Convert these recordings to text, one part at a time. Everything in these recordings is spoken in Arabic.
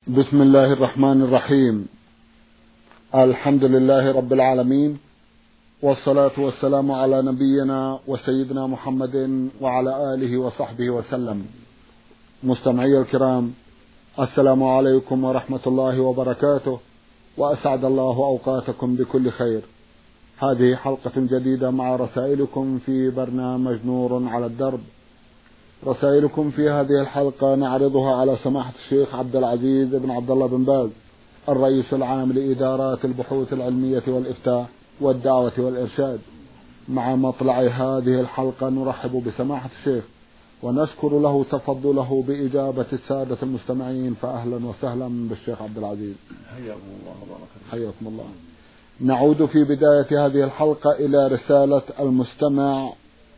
بسم الله الرحمن الرحيم. الحمد لله رب العالمين، والصلاة والسلام على نبينا وسيدنا محمد وعلى آله وصحبه وسلم. مستمعي الكرام، السلام عليكم ورحمة الله وبركاته، وأسعد الله أوقاتكم بكل خير. هذه حلقة جديدة مع رسائلكم في برنامج نور على الدرب. رسائلكم في هذه الحلقة نعرضها على سماحة الشيخ عبد العزيز بن عبد الله بن باز، الرئيس العام لإدارات البحوث العلمية والإفتاء والدعوة والإرشاد. مع مطلع هذه الحلقة نرحب بسماحة الشيخ ونشكر له تفضله بإجابة السادة المستمعين، فأهلا وسهلا بالشيخ عبد العزيز. حياكم الله وبارك فيكم. حياكم الله. نعود في بداية هذه الحلقة إلى رسالة المستمع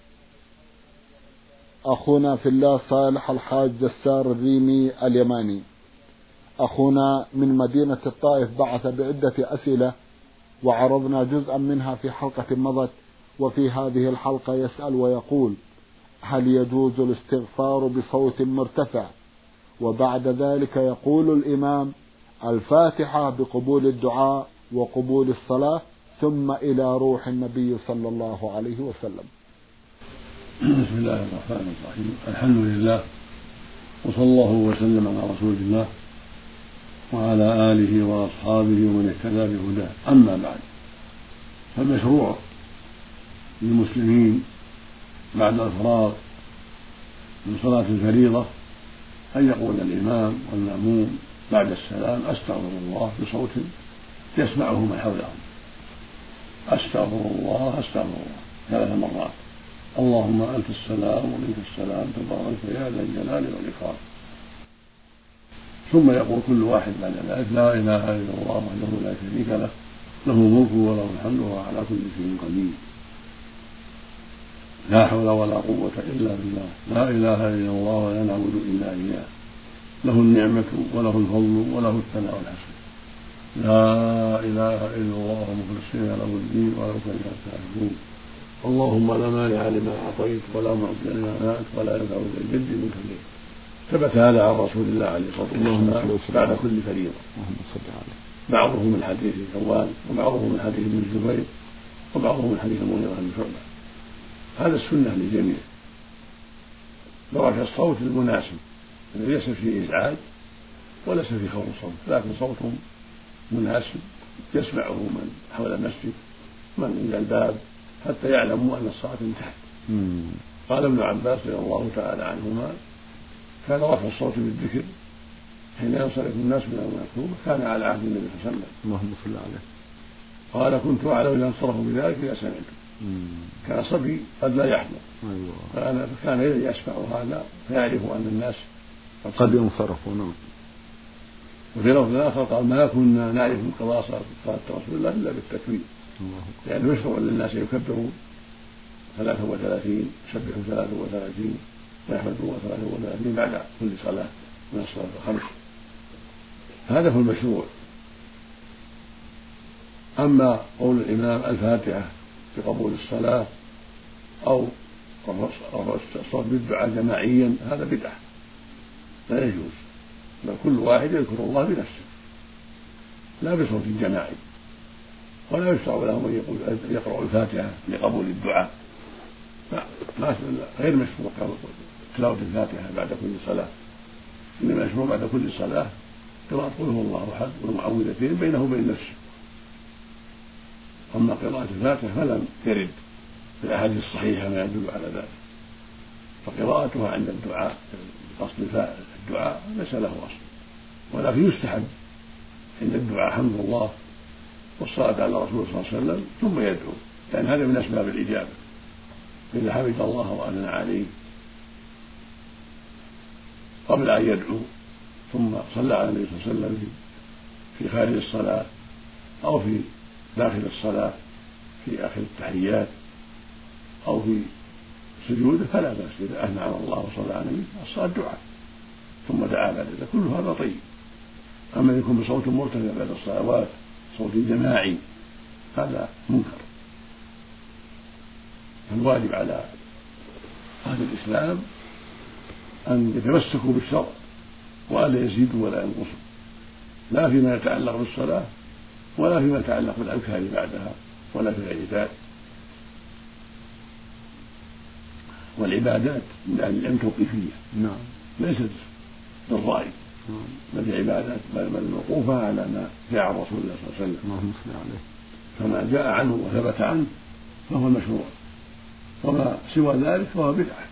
أخونا في الله صالح الحاج جسار الريمي اليماني. أخونا من مدينة الطائف بعث بعدة أسئلة وعرضنا جزءا منها في حلقة مضت، وفي هذه الحلقة يسأل ويقول: هل يجوز الاستغفار بصوت مرتفع وبعد ذلك يقول الإمام الفاتحة بقبول الدعاء وقبول الصلاة ثم إلى روح النبي صلى الله عليه وسلم؟ بسم الله الرحمن الرحيم. الحمد لله، وصلى الله وسلم على رسول الله وعلى آله وأصحابه ومن اهتدى بهداه. أما بعد، فالمشروع للمسلمين بعد الفراغ من صلاة الفريضة أن يقول الإمام والمأموم بعد السلام: أستغفر الله بصوت يسمعه من حولهم. أستغفر الله أستغفر الله 3 مرات. اللهم أنت السلام ومنك السلام تبارك يا ذا الجلال والإكرام. ثم يقول كل واحد بعد ذلك: لا إله إلا الله وحده لا شريك له، له الملك وله الحمد وهو على كل شيء قدير، لا حول ولا قوة إلا بالله، لا إله إلا الله ولا نعبد إلا إياه، له النعمة وله الفضل وله الثناء الحسن، لا إله إلا الله مخلصين له الدين ولو كره الكافرون. اللهم لا مانع لما أعطيت ولا معطي لما منعت ولا ينفع ذا الجد منك الجد. ثبت هذا عن رسول الله عليه الصلاة والسلام بعد كل فريضة، بعضه من حديث ثوبان وبعضه من حديث ابن الزبير وبعضه من حديث المغيرة بن شعبة. هذا السنة للجميع برفع الصوت المناسب الذي ليس فيه إزعاج وليس فيه خوف صوت، لكن صوت مناسب يسمعه من حول المسجد من عند الباب حتى يعلموا أن الصلاة انتهت. قال ابن عباس رضي الله تعالى عنهما: كان رفع الصوت بالذكر حين ينصرف الناس من المكتوبة كان على عهد النبي صلى الله عليه وسلم. اللهم صل عليه. قال: كنت أعلم إذا انصرفوا بذلك إذا سمعته. كان صبي قد لا يحضر، فكان يسمع هذا فيعرف أن الناس قد ينصرفوا. نعم. وفي لفظ آخر قال: ما كنا نعرف من قضاء صلاة رسول الله إلا بالتكبير، لأنه يشرع للناس يكبروا 33 يسبحوا 33 ويحمدوا 33 بعد كل صلاة من الصلاة الخمس. هذا هو المشروع. أما قول الإمام الفاتحة بقبول الصلاة أو رفع الصوت بالدعاء جماعيا هذا بدعة لا يجوز، بل كل واحد يذكر الله بنفسه لا بصوت جماعي، ولا يشرع لهم أن يقرأوا الفاتحة لقبول الدعاء، غير مشروع تلاوة الفاتحة بعد كل صلاة، إنما مشروع بعد كل صلاة قراءة قل هو الله أحد والمعوذتين بينه وبين نفسه. أما قراءة الفاتحة فلم يرد في الأحاديث الصحيحة ما يدل على ذلك، فقراءتها عند الدعاء قصد الدعاء ليس له أصل، ولكن يستحب عند الدعاء حمد الله والصلاة على رسول صلى الله عليه وسلم ثم يدعو، لأن هذا من أسباب الإجابة. إذا حمد الله وأثنى عليه قبل أن يدعو ثم صلى على النبي صلى الله عليه وسلم في خارج الصلاة أو في داخل الصلاة في آخر التحيات أو في سجوده فلا بأس إذا أثنى على الله وصلى على النبي الصلاة دعاء ثم دعا بعد ذلك، كل هذا طيب. أما يكون بصوت مرتفع بعد الصلوات صوت جماعي هذا منكر. الواجب على أهل الإسلام أن يتمسكوا بالشرع وألا يزيدوا ولا ينقصوا، لا فيما يتعلق بالصلاة ولا فيما يتعلق بالأذكار بعدها ولا في غير ذلك. والعبادات من أهل العلم توقيفية ليست بالرأي بل عبادات بل موقوفة على ما جاء عن رسول الله صلى الله عليه وسلم، فما جاء عنه وثبت عنه فهو المشروع، وما سوى ذلك فهو بدعة.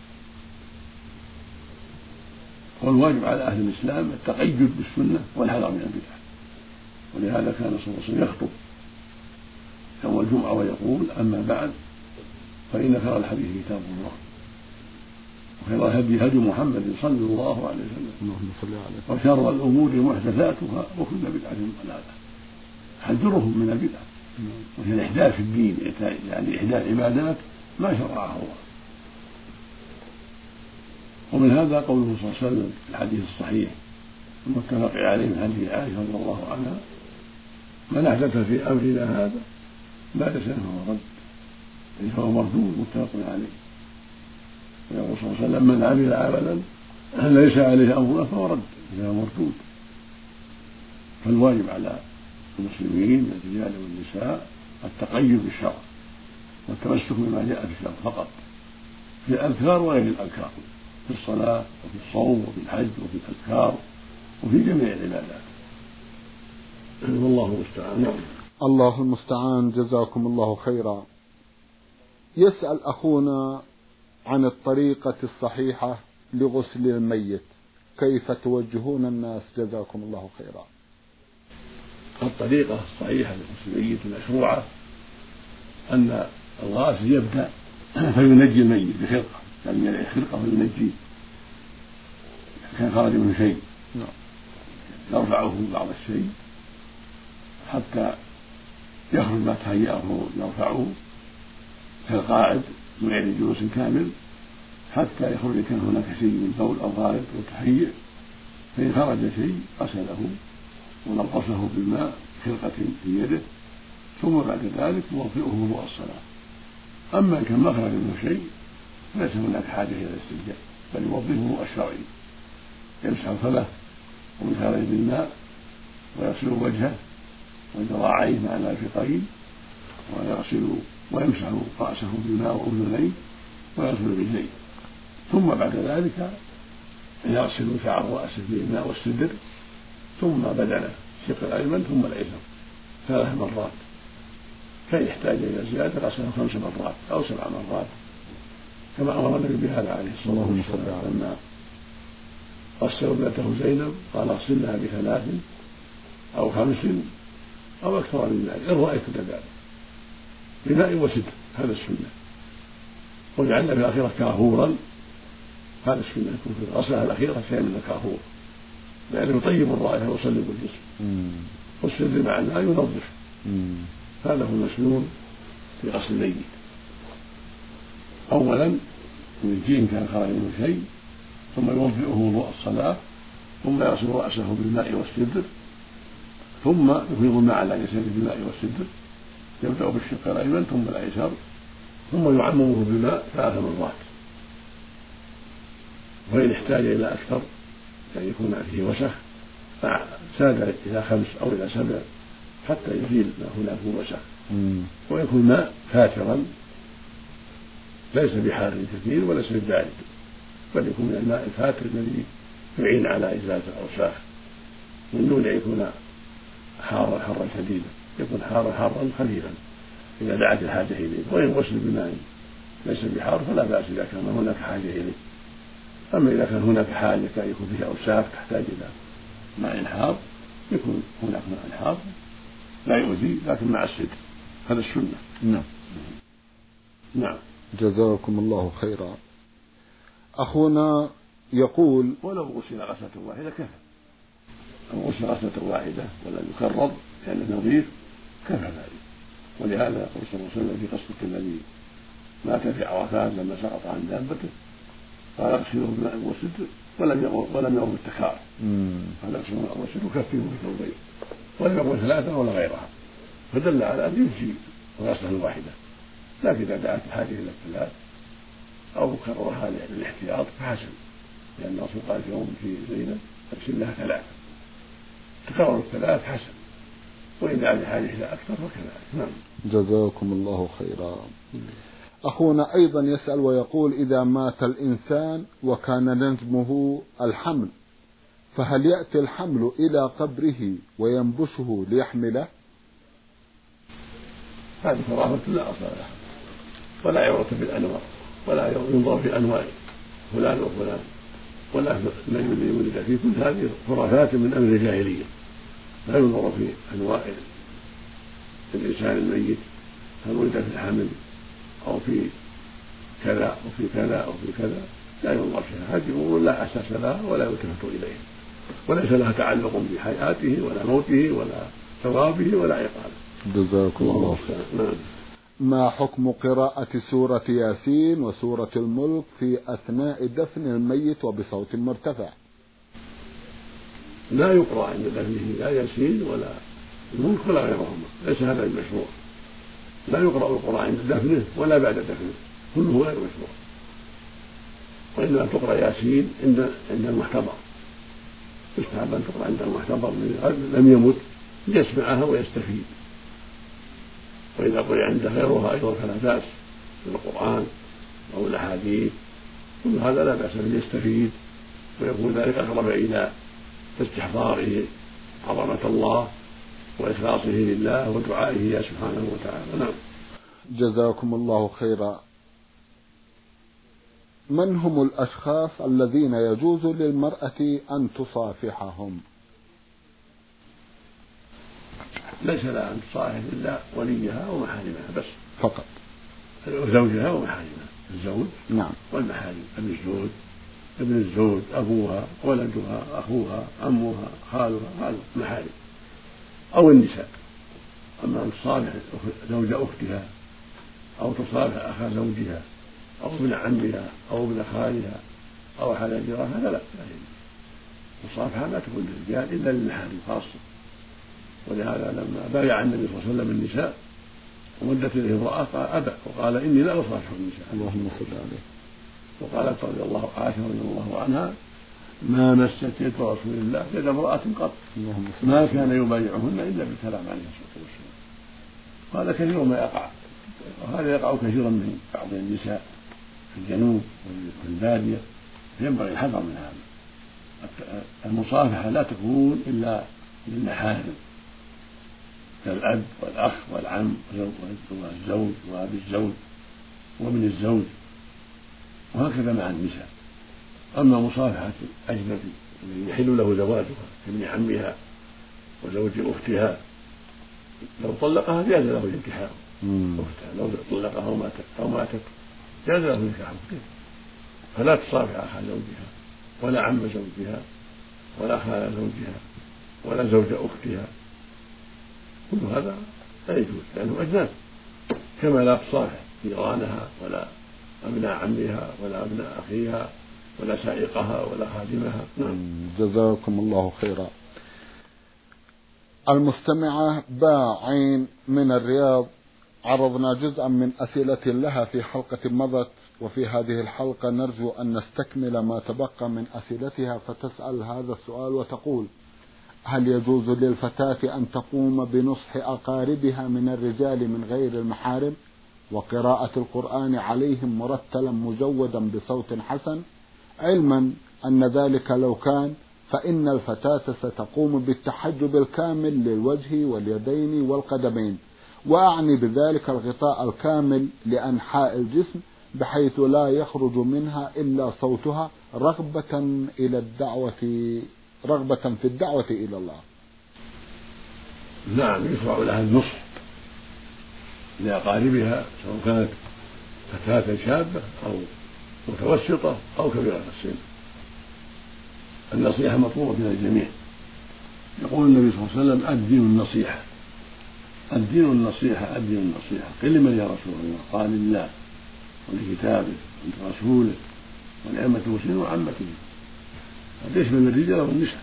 والواجب على أهل الإسلام التقيد بالسنة والحذر من البدعة. ولهذا كان صلى الله عليه وسلم يخطب يوم الجمعة ويقول: أما بعد فإن خير الحديث كتاب الله وخير الهدي هدي محمد صلى الله عليه وسلم وشر الأمور محدثاتها وكل بدعة ضلالة. حذرهم من البدعة وهي الإحداث في الدين، يعني إحداث عبادات ما شرعها الله. ومن هذا قوله صلى الله عليه وسلم في الحديث الصحيح المتفق عليه من حديث عائشة رضي الله عنها: من أحدث في أمرنا هذا ما ليس فهو رد، يعني فهو مردود متفق عليه. ويقول صلى الله عليه وسلم: من عمل عملا ليس عليه أمرنا فهو رد، فهو مردود. فالواجب على المسلمين الرجال والنساء التقيد بالشرع والتمسك بما جاء في الشرع فقط، في الأذكار وغير الأذكار، في الصلاة وفي الصوم وفي الحج وفي الأذكار وفي جميع العبادات. والله المستعان. الله المستعان. جزاكم الله خيرا. يسأل أخونا عن الطريقة الصحيحة لغسل الميت، كيف توجهون الناس؟ جزاكم الله خيرا. الطريقة الصحيحة لغسل الميت المشروعة أن الغاسل يبدأ فينجي الميت بخرقة، يعني يلعب خرقة فينجيه كان خرج منه شيء، يرفعه بعض الشيء حتى يخرج ما تهيأه يرفعه كالقاعد من غير جلوس كامل حتى يخرج كان هناك شيء من بول أو غائط أو تهيئ، فإن خرج شيء غسله ونقصه بالماء خرقة في يده، ثم بعد ذلك يوضئه وضوء الصلاة. أما إن كان ما خرج منه شيء ليس هناك حاجة إلى الاستنجاء، بل يوضئه وضوء الشرعي، يمسح فمه ومن خرج بالماء ويغسل وجهه وذراعيه مع المرفقين ويمسح رأسه بالماء وأذنيه ويغسل رجليه، ثم بعد ذلك يغسل شعر رأسه بالماء والسدر، ثم بدنه الشق الأيمن ثم الأيسر 3 مرات، فإن يحتاج إلى زيادة غسله 5 مرات أو 7 مرات كما أمر النبي بهذا عليه الصلاة والسلام. لما غسل ابنته زينب قال: اغسلها ب3 أو 5 أو أكثر من ذلك إن رأيت ذلك بماء وسدر، هذا السنة. وجعلنا في الأخيرة كافورا، هذا السنة يكون في الغسلة الأخيرة شيء من الكافور لأنه يطيب الرائحة ويصلب الجسم، والسدر مع الماء ينظف. هذا هو المسنون في غسل الميت. أولا ينجيه إن كان خرج منه شيء، ثم يوضئه وضوء الصلاة، ثم يغسل رأسه بالماء والسدر، ثم يفيض الماء على يساره بالماء والسدر، يبدأ بالشق الأيمن ثم الأيسر، ثم يعممه بالماء 3 مرات. وإن احتاج إلى أكثر يعني يكون فيه وسخ فزاد إلى 5 أو إلى 7 حتى يزيل ما هناك وسخ، ويكون ماء فاترا ليس بحار كثير وليس ببارد، بل يكون من الماء الفاتر الذي يعين على إزالة الأوساخ، من دون أن يكون حارا شديدا، يكون حارا خفيفا إذا دعت الحاجة إليه. وإن غسل بماء ليس بحار فلا بأس إذا كان هناك حاجة إليه. أما إذا كان هناك حاجة كان يكون فيها أوساخ تحتاج إلى ماء حار يكون هناك ماء حار لا يؤذي لكن مع السدر، هذا السنة. نعم. جزاكم الله خيرا. أخونا يقول: ولو غسل غسلة واحدة كفى، أو غسل غسلة واحدة ولم يكرر لأنه نظيف كفى ذلك. ولهذا يقول صلى الله عليه وسلم في قصة الذي مات في عرفات لما سقط عن دابته قال: اغسلوا بالماء والسدر ولم يقل بالتكرار، قال: اغسلوا بالماء والسدر وكفنوا بالثوبين، ولم يقل 3 ولا غيرها، فدل على أن يجزي الغسلة الواحدة. لكن إذا دعت الحاجة إلى 3 أو كررها للاحتياط فحسن، لأن الرسول قال في يوم في زينب: اغسل لها 3 تكرر الثلاث حسن، وإن كان بحاجة إلى أكثر فكذلك. نعم. جزاكم الله خيرا. أخونا أيضا يسأل ويقول: إذا مات الإنسان وكان نجمه الحمل، فهل يأتي الحمل إلى قبره وينبشه ليحمله؟ هذه كرامة لا أصل لها، ولا يعرف بالأنواع، ولا ينظر في أنواع فلان وفلان، ولا النجم الذي ولد فيه. كل هذه خرافات من أمر الجاهلية. لا ينظر في أنواع الإنسان الميت، هل ولد في الحمل أو في كذا أو في كذا أو في كذا، لا ينظر فيها. هذه أمور لا أساس لها ولا يلتفت إليها، وليس لها تعلق بحياته ولا موته ولا ثوابه ولا عقابه. جزاكم الله خيرا. ما حكم قراءة سورة ياسين وسورة الملك في أثناء دفن الميت وبصوت مرتفع؟ لا يقرأ عند دفنه لا ياسين ولا الملك ولا غيرهما، ليس هذا المشروع. لا يقرأ القرآن عند دفنه ولا بعد دفنه، كله غير مشروع. وإنما تقرأ ياسين عند المحتضر، يستحب أن تقرأ عند المحتضر من لم يمت ليسمعها ويستفيد. وإذا قرأ عند غيرها أيضا فلا بأس من القرآن أو الأحاديث، كل هذا لا بأس به، يستفيد ويكون ذلك أقرب إلى استحضاره عظمة الله وإخلاصه لله ودعائه سبحانه وتعالى. نعم. جزاكم الله خيرا. من هم الأشخاص الذين يجوز للمرأة أن تصافحهم؟ ليس لها أن تصافح إلا وليها ومحارمها بس فقط، زوجها ومحارمها، الزوج نعم والمحارم، الزوج، ابن الزوج، أبوها، ولدها، أخوها، عمها، خالها، هذا محارم، أو النساء. أما أن تصافح زوج أختها أو تصافح أخا زوجها أو ابن عمها أو ابن خالها أو أحد الجيران، هذا لا المصافحة لا تكون للرجال إلا للمحارم خاصة. ولهذا لما بايع النبي صلى الله عليه وسلم النساء ومدت إليه امرأة قال أبى، وقال إني لا أصافح النساء. اللهم صل عليه. وقالت عائشة رضي الله عنها: ما مست يد رسول الله يد امرأة قط، ما كان يبايعهن إلا بالكلام عليه الصلاة والسلام. هذا كثير ما يقع، وهذا يقع كثيرا من بعض النساء في الجنوب والبادية، ينبغي الحذر من هذا. المصافحة لا تكون إلا للمحارم كالأب والأخ والعم والزوج وأبي الزوج وابن الزوج، وهكذا مع النساء. أما مصافحة الأجنبي الذي يحل له زواجها كابن عمها وزوج أختها، لو طلقها جاز له الانكحار أختها، لو طلقها أو ماتت جاز له الانكحار أختها. فلا تصافح أخا زوجها ولا عم زوجها ولا خال زوجها ولا زوج أختها، كل هذا لا يجوز لأنهم أجناس. كما لا تصافح جيرانها ولا أبناء عمها ولا أبناء أخيها ولا سائقها ولا خادمها. جزاكم الله خيرا. المستمعة باعين من الرياض عرضنا جزءا من أسئلة لها في حلقة مضت، وفي هذه الحلقة نرجو أن نستكمل ما تبقى من أسئلتها، فتسأل هذا السؤال وتقول: هل يجوز للفتاة أن تقوم بنصح أقاربها من الرجال من غير المحارم وقراءة القرآن عليهم مرتلا مجودا بصوت حسن، علما أن ذلك لو كان فإن الفتاة ستقوم بالتحجب الكامل للوجه واليدين والقدمين، وأعني بذلك الغطاء الكامل لأنحاء الجسم بحيث لا يخرج منها إلا صوتها رغبة في الدعوة إلى الله. نعم، يشرع لها النصح لأقاربها سواء كانت فتاة شابة أو متوسطة أو كبيرة السن. النصيحة مطلوبة من الجميع. يقول النبي صلى الله عليه وسلم: الدين النصيحة، الدين النصيحة، الدين النصيحة. قيل: لمن يا رسول الله؟ قال: لله ولكتابه ولرسوله ولأئمة المسلمين وعامتهم. هذا يشمل الرجال والنساء.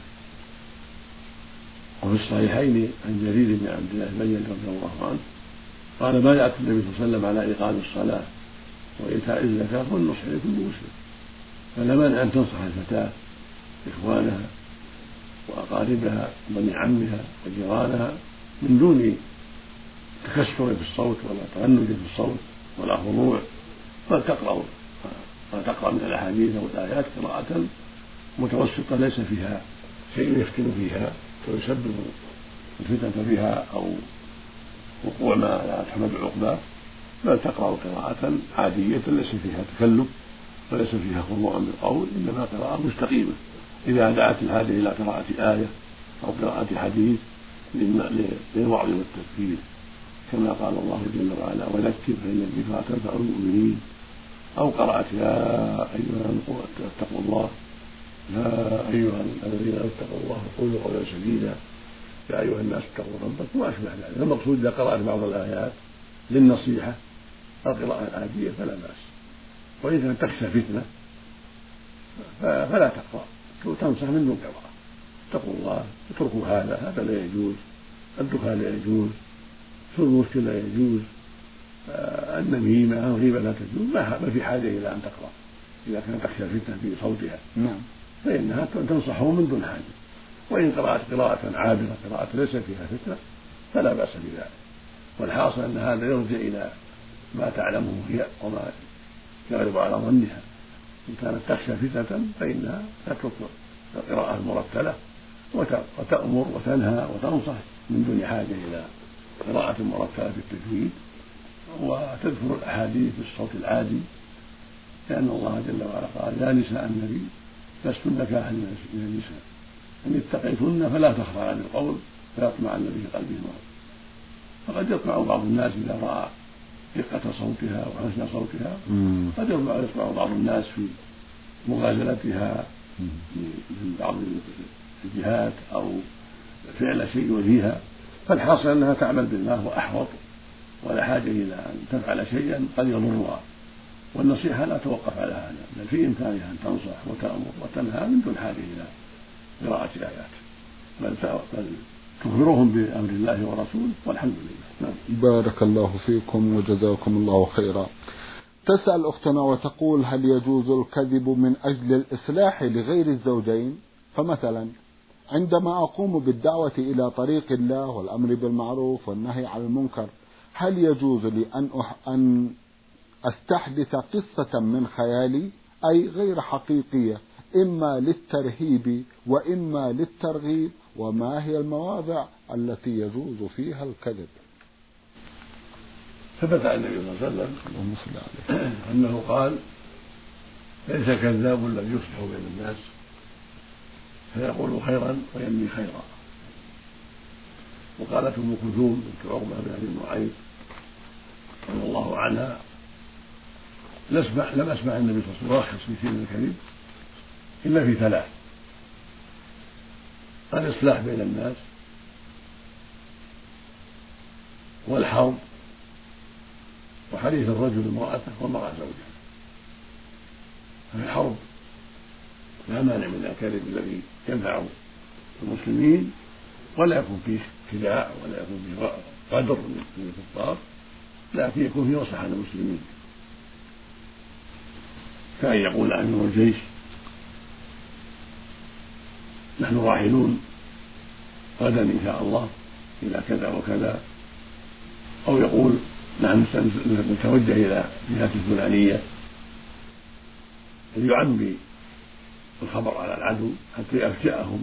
وفي الصحيحين عن جرير بن عبد الله البجلي رضي الله عنه قال: بايعت النبي صلى الله عليه وسلم على إقام الصلاة وإيتاء الزكاة والنصح لكل مسلم. فلا مانع أن تنصح الفتاة إخوانها وأقاربها وبني عمها وجيرانها من دون تكسر في الصوت ولا تغنج في الصوت ولا خضوع، بل تقرأ من الأحاديث والآيات قراءة متوسطة ليس فيها شيء يفتن فيها ويسبب الفتنة فيها أو وقوع ما لا تحمد عقباه، بل تقرأ قراءة عادية ليس فيها تكلف وليس فيها خضوع بالقول، إنما قراءة مستقيمة إذا دعت الحاجة إلى قراءة آية أو قراءة حديث للوعظ والتذكير، كما قال الله جل وعلا: وذكر فإن الذكرى تنفع المؤمنين، أو قرأت: يا أيها اتقوا الله، يا أيها الذين اتقوا الله قولوا قولا سديدا، يا أيها الناس اتقوا ربكم وأشبه ذلك. المقصود إذا قرأت بعض الآيات للنصيحة القراءة العادية فلا بأس، وإن كانت تخشى فتنة فلا تقرأ، تنصح من دون قراءة: اتقوا الله، اتركوا هذا لا يجوز، الدخان لا يجوز، شرب المسكر لا يجوز، النميمة أو الغيبة لا تجوز، ما في حاجة إلى أن تقرأ إذا كانت تخشى فتنة في صوتها. نعم. فإنها تنصحه من دون حاجة، وإن قرأت قراءة عابرة قراءة ليس فيها فتنة فلا بأس بذلك. والحاصل أن هذا يرجع إلى ما تعلمه هي وما يغلب على ظنها. إن كانت تخشى فتنة فإنها تترك القراءة المرتلة وتأمر وتنهى وتنصح من دون حاجة إلى قراءة مرتلة في التجويد، وتذكر الأحاديث بالصوت العادي، لأن الله جل وعلا قال: يا نساء النبي لستن كأحد من النساء إن اتقيتن فلا تخضعن بالقول فيطمع الذي في قلبه مرض. فقد يطمع بعض الناس إذا رأى دقة صوتها وحسن صوتها، قد يطمع بعض الناس في مغازلتها من بعض الجهات أو فعل شيء يؤذيها. فالحاصل أنها تعمل بالله وأحوط، ولا حاجة إلى أن تفعل شيئا قد يضرها، والنصيحة لا توقف على هذا، بل في إمكانها أن تنصح وتأمر وتنهى من دون حاجة إلى قراءة آيات، بل تخبرهم بأمر الله ورسوله، والحمد لله. بارك الله فيكم وجزاكم الله خيرا. تسأل أختنا وتقول: هل يجوز الكذب من أجل الإصلاح لغير الزوجين؟ فمثلا عندما أقوم بالدعوة إلى طريق الله والأمر بالمعروف والنهي عن المنكر، هل يجوز لي أن أستحدث قصة من خيالي أي غير حقيقية، إما للترهيب وإما للترغيب؟ وما هي المواضع التي يجوز فيها الكذب؟ ثبت عن النبي صلى الله عليه وسلم أنه قال: ليس كذاب الذي يصلح بين الناس فيقول خيرا وينمي خيرا. وقالت أم كلثوم بنت عقبة بن أبي معيط رضي الله عنها: لم أسمع النبي صلى الله عليه وسلم يرخص في شيء من الكذب إلا في ثلاث: الإصلاح بين الناس، والحرب، وحديث الرجل امرأته والمرأة زوجها. ففي الحرب لا مانع من الكذب الذي ينفع المسلمين ولا يكون فيه خداع ولا يكون فيه غدر من الكفار، لكن يكون فيه مصلحة للمسلمين، كأن يقول أمير الجيش: نحن راحلون غدا إن شاء الله إلى كذا وكذا، أو يقول: نحن نتوجه إلى الجهة الفلانية، يعمي الخبر على العدو حتى يفجأهم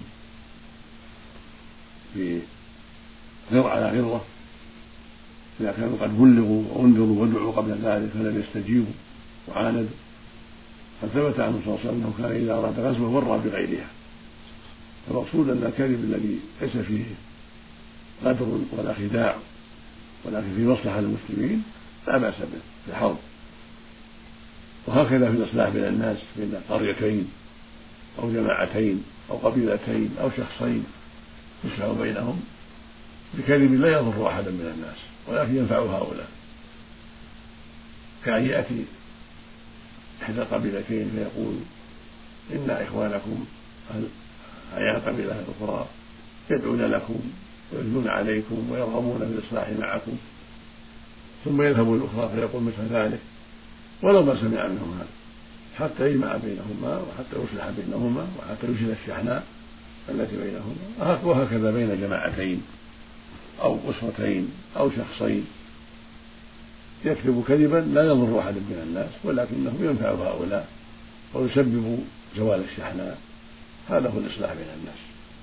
على غرة إذا كانوا قد بلغوا وانذروا ودعوا قبل ذلك فلم يستجيبوا وعاندوا. فثبت عنه صلى الله عليه وسلم أنه كان إذا أراد غزوة ورى بغيرها. المقصود أن الكذب الذي ليس فيه غدر ولا خداع ولكن في مصلحة للمسلمين لا بأس به في الحرب. وهكذا في الإصلاح بين الناس، بين قريتين أو جماعتين أو قبيلتين أو شخصين يصلح بينهم بكذب لا يضر أحدا من الناس ولكن ينفع هؤلاء، كأن يأتي إحدى القبيلتين فيقول: إن إخوانكم أيها القبيلة الأخرى يدعون لكم ويثنون عليكم ويرغبون في الإصلاح معكم، ثم يذهب الأخرى فيقول مثل ذلك ولو ما سمع منهم هذا، حتى يجمع بينهما وحتى يصلح بينهما وحتى يشيل الشحناء التي بينهما، وهكذا بين جماعتين أو أسرتين أو شخصين يكذب كذبا لا يضر أحد من الناس ولكنه ينفع هؤلاء ويسبب زوال الشحناء. هذا هو الإصلاح بين الناس.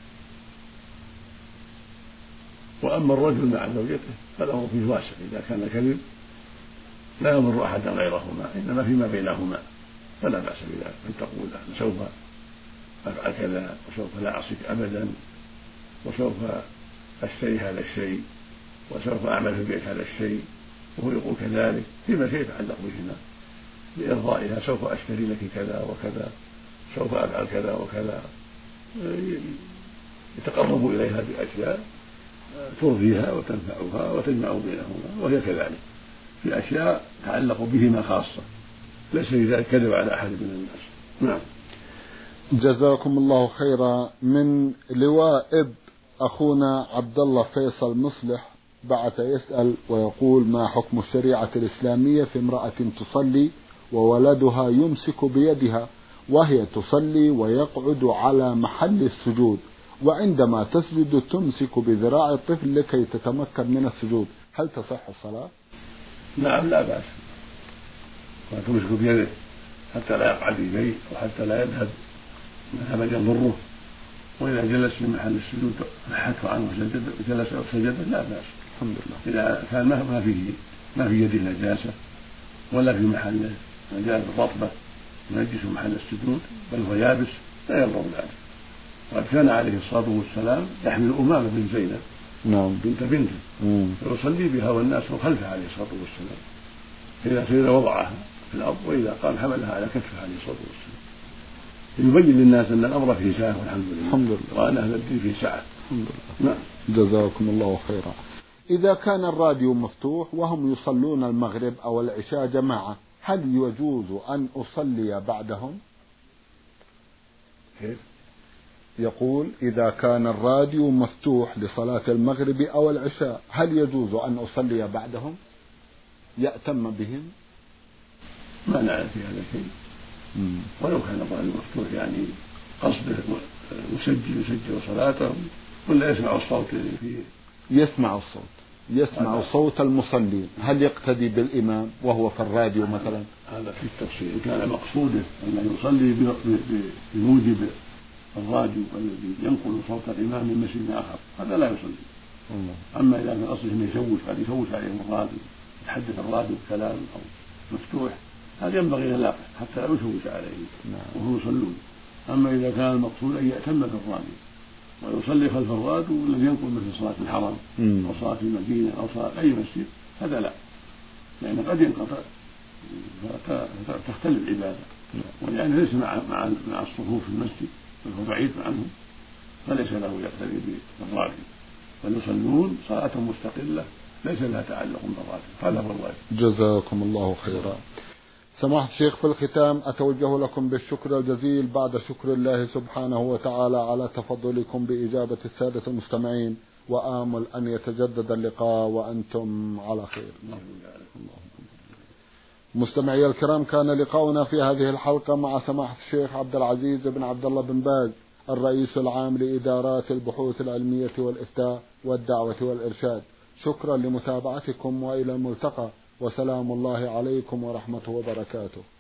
وأما الرجل مع زوجته فالأمر فيه واسع، إذا كان الكذب لا يضر أحدا غيرهما إنما فيما بينهما فلا بأس بذلك، أن تقول أنا سوف أفعل كذا وسوف لا أعصيك أبدا وسوف أشتري هذا الشيء وسوف أعمل في البيت هذا الشيء، وهو يقول كذلك فيما شيء يتعلق بهما بإرضائها، سوف أشتري لك كذا وكذا، سوف أفعل كذا وكذا، يتقرب إليها بأشياء ترضيها وتنفعها وتجمع بينهما، وهي كذلك في أشياء تعلق بهما خاصة، ليس لذلك كذب على أحد من الناس. نعم. جزاكم الله خيرا. من لواء أخونا عبد الله فيصل مصلح بعث يسأل ويقول: ما حكم الشريعة الإسلامية في امرأة تصلي وولدها يمسك بيدها وهي تصلي ويقعد على محل السجود، وعندما تسجد تمسك بذراع الطفل لكي تتمكن من السجود، هل تصح الصلاة؟ نعم لا بأس، وتمسك بيده حتى لا يقعد إليه وحتى لا يذهب مذهبا يضره، وإذا جلس في محل السجود نحته عنه وجلس أو سجد لا بأس الحمد لله. إذا كان ما في يده نجاسة ولا في محله نجاسة رطبة ينجس محل السجود بل هو يابس لا يضر ذلك. وقد كان عليه الصلاة والسلام يحمل أمامة بن زينب بنت بنته ويصلي بها والناس خلفه عليه الصلاة والسلام، إذا سجد وضعها في الأرض وإذا قام حملها على كتفه عليه الصلاة والسلام، يبين للناس أن الأمر فيه سعة والحمد لله وأن أهل الدين فيه سعة. الحمد لله. جزاكم الله خيرا. إذا كان الراديو مفتوح وهم يصلون المغرب أو العشاء جماعة، هل يجوز أن أصلي بعدهم؟ كيف؟ يقول: إذا كان الراديو مفتوح لصلاة المغرب أو العشاء هل يجوز أن أصلي بعدهم يأتم بهم؟ ما نعلم في هذا الشيء. ولو كان الراديو مفتوح يعني قصده يسجل صلاتهم ولا يسمع الصوت فيه؟ يسمع صوت المصلين، هل يقتدي بالإمام وهو في الراديو مثلا؟ هذا في التفصيل. إن كان مقصوده أنه يصلي بموجب الراديو الذي ينقل صوت الإمام من مسجد آخر هذا لا يصلي. أما إذا كان قصده أنه يشوش قد يشوش عليهم الراديو، يتحدث الراديو بكلام أو مفتوح، هذا ينبغي أن لا حتى لا يشوش عليهم وهم يصلون. أما إذا كان المقصود أن يأتم بالراديو ويصلي خلف الراديو الذي ينقل مثل صلاة الحرم أو صلاة المدينة أو صلاة أي مسجد هذا لا، لأن قد ينقطع فتختل العبادة، ولأنه ليس مع الصفوف في المسجد بل هو بعيد عنه فليس له يقتدي بالراديو، بل يصلون صلاة مستقلة ليس لها تعلق بالراديو. هذا هو الواجب. جزاكم الله خيرا. سماحة الشيخ، في الختام أتوجه لكم بالشكر الجزيل بعد شكر الله سبحانه وتعالى على تفضلكم بإجابة السادة المستمعين، وآمل أن يتجدد اللقاء وأنتم على خير. مستمعي الكرام، كان لقاؤنا في هذه الحلقة مع سماحة الشيخ عبد العزيز بن عبد الله بن باز، الرئيس العام لإدارات البحوث العلمية والإفتاء والدعوة والإرشاد. شكرا لمتابعتكم وإلى الملتقى، وسلام الله عليكم ورحمته وبركاته.